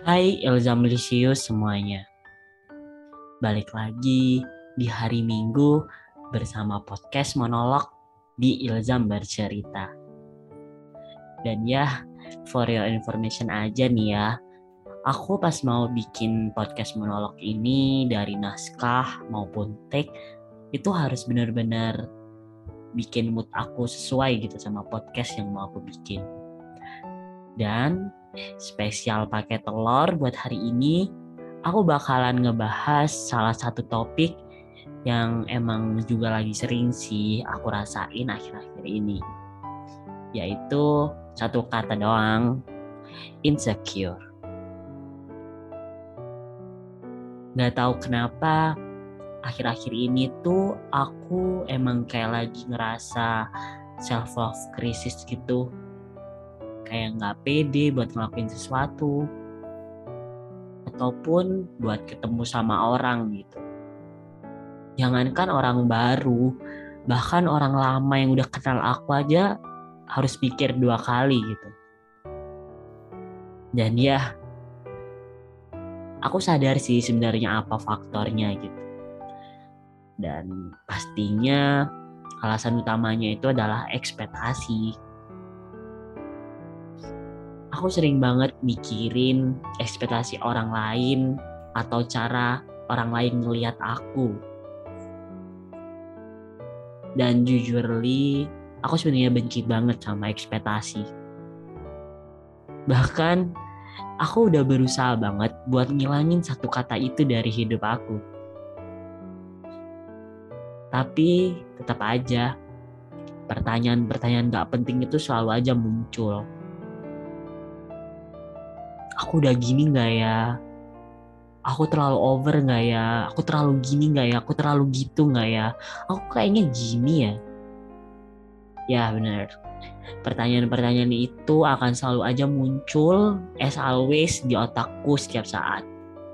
Hai Ilzam Lisius semuanya, balik lagi di hari Minggu bersama podcast monolog di Ilzam Bercerita. Dan ya, for your information aja nih ya, aku pas mau bikin podcast monolog ini dari naskah maupun take, itu harus benar-benar bikin mood aku sesuai gitu sama podcast yang mau aku bikin. Dan spesial pakai telur buat hari ini, aku bakalan ngebahas salah satu topik yang emang juga lagi sering sih aku rasain akhir-akhir ini, yaitu satu kata doang, insecure. Gak tahu kenapa akhir-akhir ini tuh aku emang kayak lagi ngerasa self love crisis gitu, kayak gak pede buat ngelakuin sesuatu ataupun buat ketemu sama orang gitu. Jangankan orang baru, bahkan orang lama yang udah kenal aku aja harus pikir 2 kali gitu. Dan ya, aku sadar sih sebenarnya apa faktornya gitu. Dan pastinya alasan utamanya itu adalah ekspektasi. Aku sering banget mikirin ekspektasi orang lain atau cara orang lain ngelihat aku. Dan jujurly, aku sebenarnya benci banget sama ekspektasi. Bahkan aku udah berusaha banget buat ngilangin satu kata itu dari hidup aku. Tapi tetap aja pertanyaan-pertanyaan gak penting itu selalu aja muncul. Aku udah gini gak ya? Aku terlalu over gak ya? Aku terlalu gini gak ya? Aku terlalu gitu gak ya? Aku kayaknya gini ya? Ya benar. Pertanyaan-pertanyaan itu akan selalu aja muncul as always di otakku setiap saat.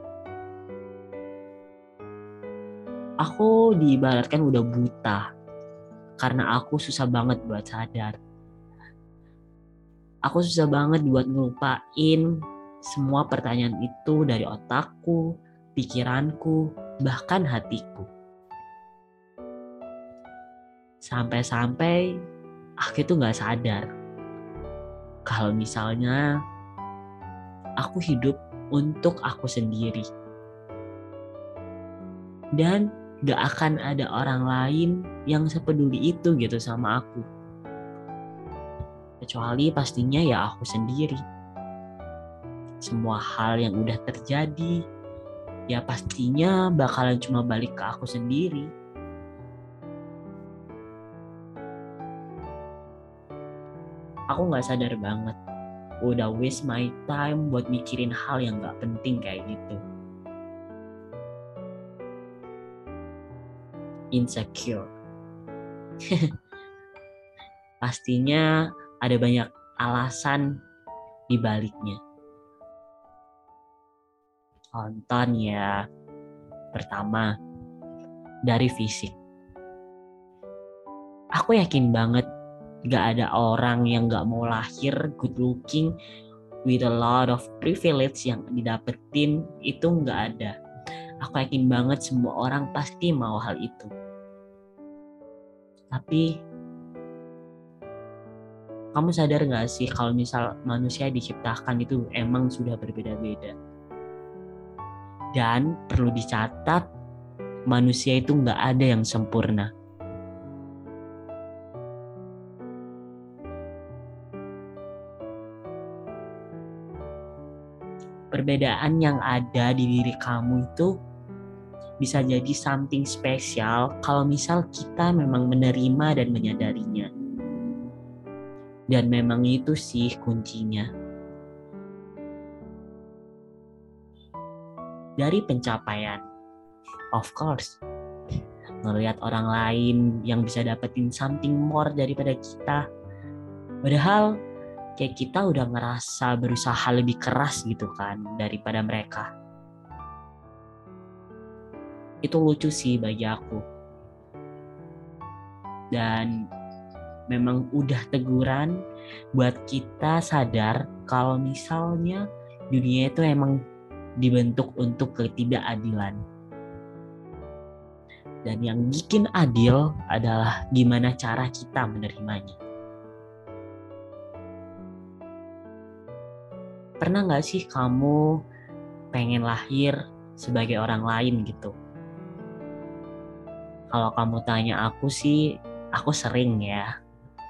Aku diibaratkan udah buta karena aku susah banget buat sadar. Aku susah banget buat ngelupain semua pertanyaan itu dari otakku, pikiranku, bahkan hatiku. Sampai-sampai aku itu gak sadar kalau misalnya aku hidup untuk aku sendiri. Dan gak akan ada orang lain yang sepeduli itu gitu sama aku. Kecuali pastinya ya aku sendiri. Semua hal yang udah terjadi, ya pastinya bakalan cuma balik ke aku sendiri. Aku gak sadar banget, udah waste my time buat mikirin hal yang gak penting kayak gitu. Insecure. Pastinya ada banyak alasan di baliknya. Contoh ya, pertama, dari fisik. Aku yakin banget gak ada orang yang gak mau lahir good looking with a lot of privilege yang didapetin, itu gak ada. Aku yakin banget semua orang pasti mau hal itu. Tapi kamu sadar gak sih kalau misal manusia diciptakan itu emang sudah berbeda-beda. Dan perlu dicatat, manusia itu gak ada yang sempurna. Perbedaan yang ada di diri kamu itu bisa jadi something spesial kalau misal kita memang menerima dan menyadarinya. Dan memang itu sih kuncinya. Dari pencapaian, of course, ngelihat orang lain yang bisa dapetin something more daripada kita. Padahal kayak kita udah ngerasa berusaha lebih keras gitu kan daripada mereka. Itu lucu sih bagi aku. Dan memang udah teguran buat kita sadar kalau misalnya Dunia itu emang dibentuk untuk ketidakadilan. Dan yang bikin adil adalah gimana cara kita menerimanya. Pernah gak sih kamu pengen lahir sebagai orang lain gitu? Kalau kamu tanya aku sih, aku sering ya.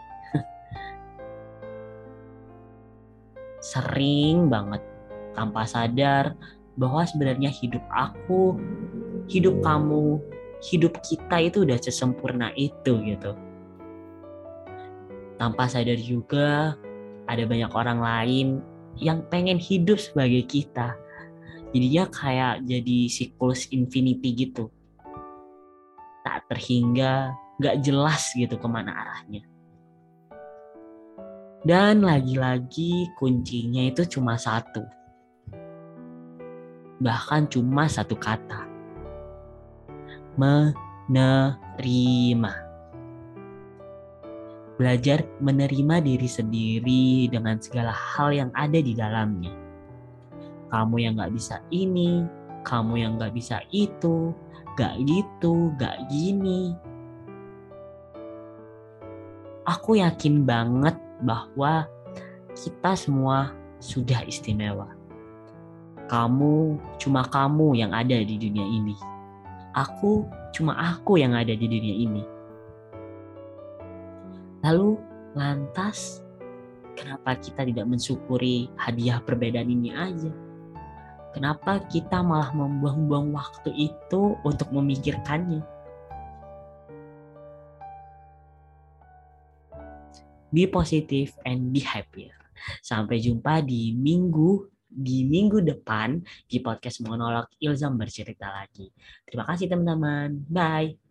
Sering banget tanpa sadar bahwa sebenarnya hidup aku, hidup kamu, hidup kita itu udah sesempurna itu gitu. Tanpa sadar juga ada banyak orang lain yang pengen hidup sebagai kita. Jadinya kayak jadi siklus infinity gitu. Tak terhingga, gak jelas gitu kemana arahnya. Dan lagi-lagi kuncinya itu cuma satu. Bahkan cuma satu kata. Menerima. Belajar menerima diri sendiri dengan segala hal yang ada di dalamnya. Kamu yang gak bisa ini, kamu yang gak bisa itu, gak gitu, gak gini. Aku yakin banget bahwa kita semua sudah istimewa. Cuma kamu yang ada di dunia ini. Cuma aku yang ada di dunia ini. Lalu, lantas, kenapa kita tidak mensyukuri hadiah perbedaan ini aja? Kenapa kita malah membuang-buang waktu itu untuk memikirkannya? Be positive and be happier. Sampai jumpa di minggu depan di podcast monolog Ilzam bercerita lagi. Terima kasih teman-teman. Bye.